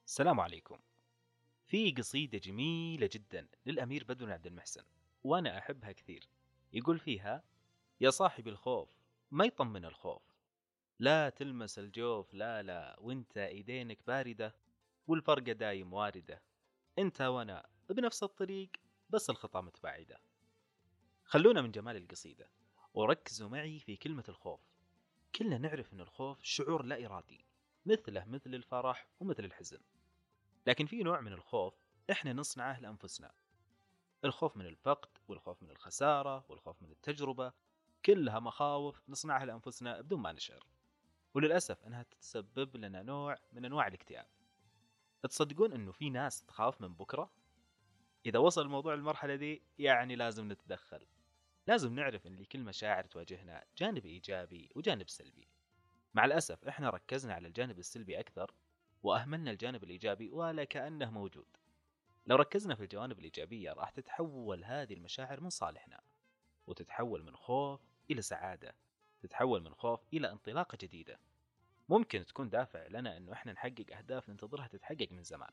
السلام عليكم. في قصيدة جميلة جدا للأمير بدر عبد المحسن، وأنا أحبها كثير. يقول فيها: يا صاحب الخوف، ما يطمن الخوف، لا تلمس الجوف، لا لا وانت ايدينك باردة، والفرقة دايم واردة، انت وانا بنفس الطريق، بس الخطى متباعدة. خلونا من جمال القصيدة وركزوا معي في كلمة الخوف. كلنا نعرف ان الخوف شعور لا إرادي، مثل الفرح ومثل الحزن. لكن في نوع من الخوف احنا نصنعه لأنفسنا، الخوف من الفقد والخوف من الخسارة والخوف من التجربة، كلها مخاوف نصنعها لأنفسنا بدون ما نشعر، وللأسف أنها تسبب لنا نوع من أنواع الاكتئاب. تصدقون أنه في ناس تخاف من بكرة؟ إذا وصل الموضوع للمرحلة دي يعني لازم نتدخل. لازم نعرف أن لكل مشاعر تواجهنا جانب إيجابي وجانب سلبي. مع الأسف إحنا ركزنا على الجانب السلبي أكثر وأهملنا الجانب الإيجابي ولا كأنه موجود. لو ركزنا في الجوانب الإيجابية راح تتحول هذه المشاعر من صالحنا، وتتحول من خوف إلى سعادة، تتحول من خوف إلى انطلاقة جديدة. ممكن تكون دافع لنا أنه إحنا نحقق أهداف ننتظرها تتحقق من زمان.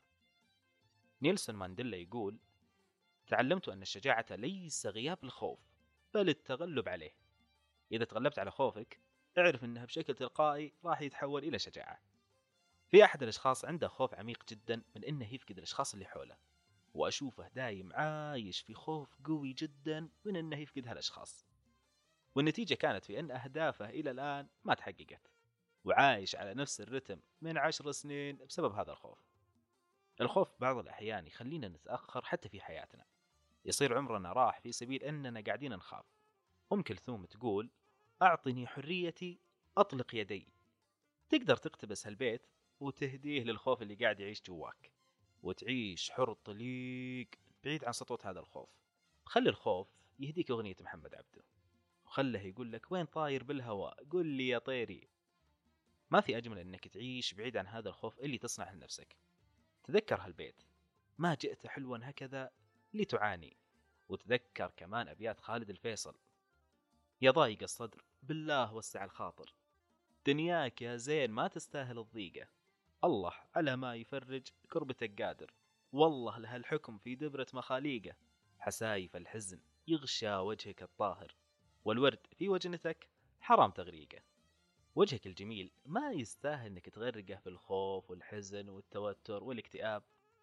نيلسون مانديلا يقول: تعلمت أن الشجاعة ليس غياب الخوف، بل التغلب عليه. إذا تغلبت على خوفك، اعرف أنها بشكل تلقائي راح يتحول إلى شجاعة. في أحد الأشخاص عنده خوف عميق جدا من أنه يفقد الأشخاص اللي حوله، وأشوفه دايم عايش في خوف قوي جدا من أنه يفقد هالأشخاص، والنتيجة كانت في أن أهدافه إلى الآن ما تحققت، وعايش على نفس الرتم من 10 سنين بسبب هذا الخوف. الخوف بعض الأحيان يخلينا نتأخر حتى في حياتنا، يصير عمرنا راح في سبيل أننا قاعدين نخاف. أم كلثوم تقول: أعطني حريتي أطلق يدي. تقدر تقتبس هالبيت وتهديه للخوف اللي قاعد يعيش جواك، وتعيش حر طليق بعيد عن سطوة هذا الخوف. خلي الخوف يهديك أغنية محمد عبده، وخله يقول لك: وين طاير بالهواء قل لي يا طيري. ما في أجمل أنك تعيش بعيد عن هذا الخوف اللي تصنعه لنفسك. تذكر هالبيت: ما جئت حلوا هكذا لتعاني. وتذكر كمان أبيات خالد الفيصل: يا ضايق الصدر بالله وسع الخاطر، دنياك يا زين ما تستاهل الضيقة، الله على ما يفرج كربتك قادر، والله لها الحكم في دبرة مخاليقه، حسايف الحزن يغشى وجهك الطاهر، والورد في وجنتك حرام تغريقه. وجهك الجميل ما يستاهل انك تغرقه في الخوف والحزن والتوتر والاكتئاب.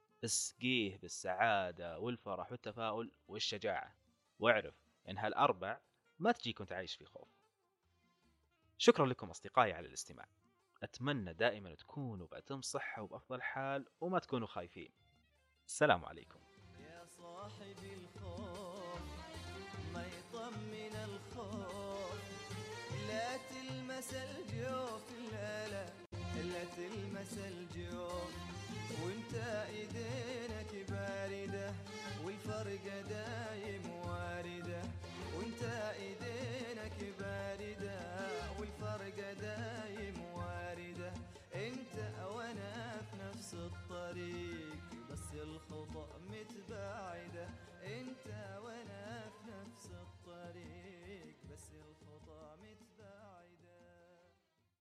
اسقيه بالسعادة والفرح والتفاؤل والشجاعة، واعرف ان هالأربع ما تجيك وانت عايش في خوف. شكرا لكم أصدقائي على الاستماع. أتمنى دائما تكونوا بأتم صحة وبأفضل حال وما تكونوا خايفين. السلام عليكم. يا صاحبي